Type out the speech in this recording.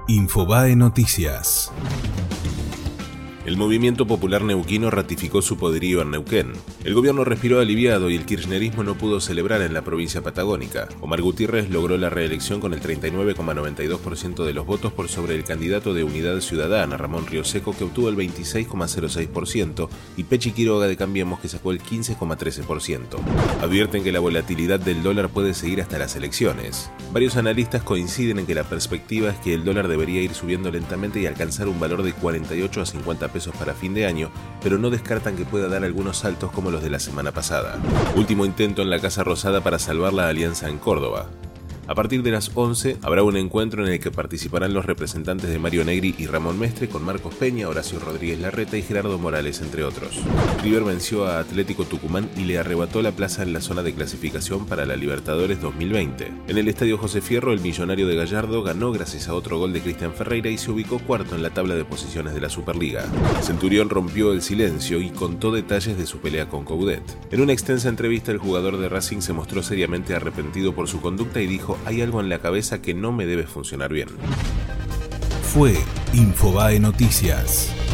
Infobae Noticias. El movimiento popular neuquino ratificó su poderío en Neuquén. El gobierno respiró aliviado y el kirchnerismo no pudo celebrar en la provincia patagónica. Omar Gutiérrez logró la reelección con el 39,92% de los votos por sobre el candidato de Unidad Ciudadana, Ramón Rioseco, que obtuvo el 26,06%, y Pechi Quiroga de Cambiemos, que sacó el 15,13%. Advierten que la volatilidad del dólar puede seguir hasta las elecciones. Varios analistas coinciden en que la perspectiva es que el dólar debería ir subiendo lentamente y alcanzar un valor de 48 a 50 pesos para fin de año, pero no descartan que pueda dar algunos saltos como los de la semana pasada. Último intento en la Casa Rosada para salvar la alianza en Córdoba. A partir de las 11 habrá un encuentro en el que participarán los representantes de Mario Negri y Ramón Mestre, con Marcos Peña, Horacio Rodríguez Larreta y Gerardo Morales, entre otros. River venció a Atlético Tucumán y le arrebató la plaza en la zona de clasificación para la Libertadores 2020. En el Estadio José Fierro, el millonario de Gallardo ganó gracias a otro gol de Cristian Ferreira y se ubicó cuarto en la tabla de posiciones de la Superliga. Centurión rompió el silencio y contó detalles de su pelea con Coudet. En una extensa entrevista, el jugador de Racing se mostró seriamente arrepentido por su conducta y dijo: "Hay algo en la cabeza que no me debe funcionar bien". Fue Infobae Noticias.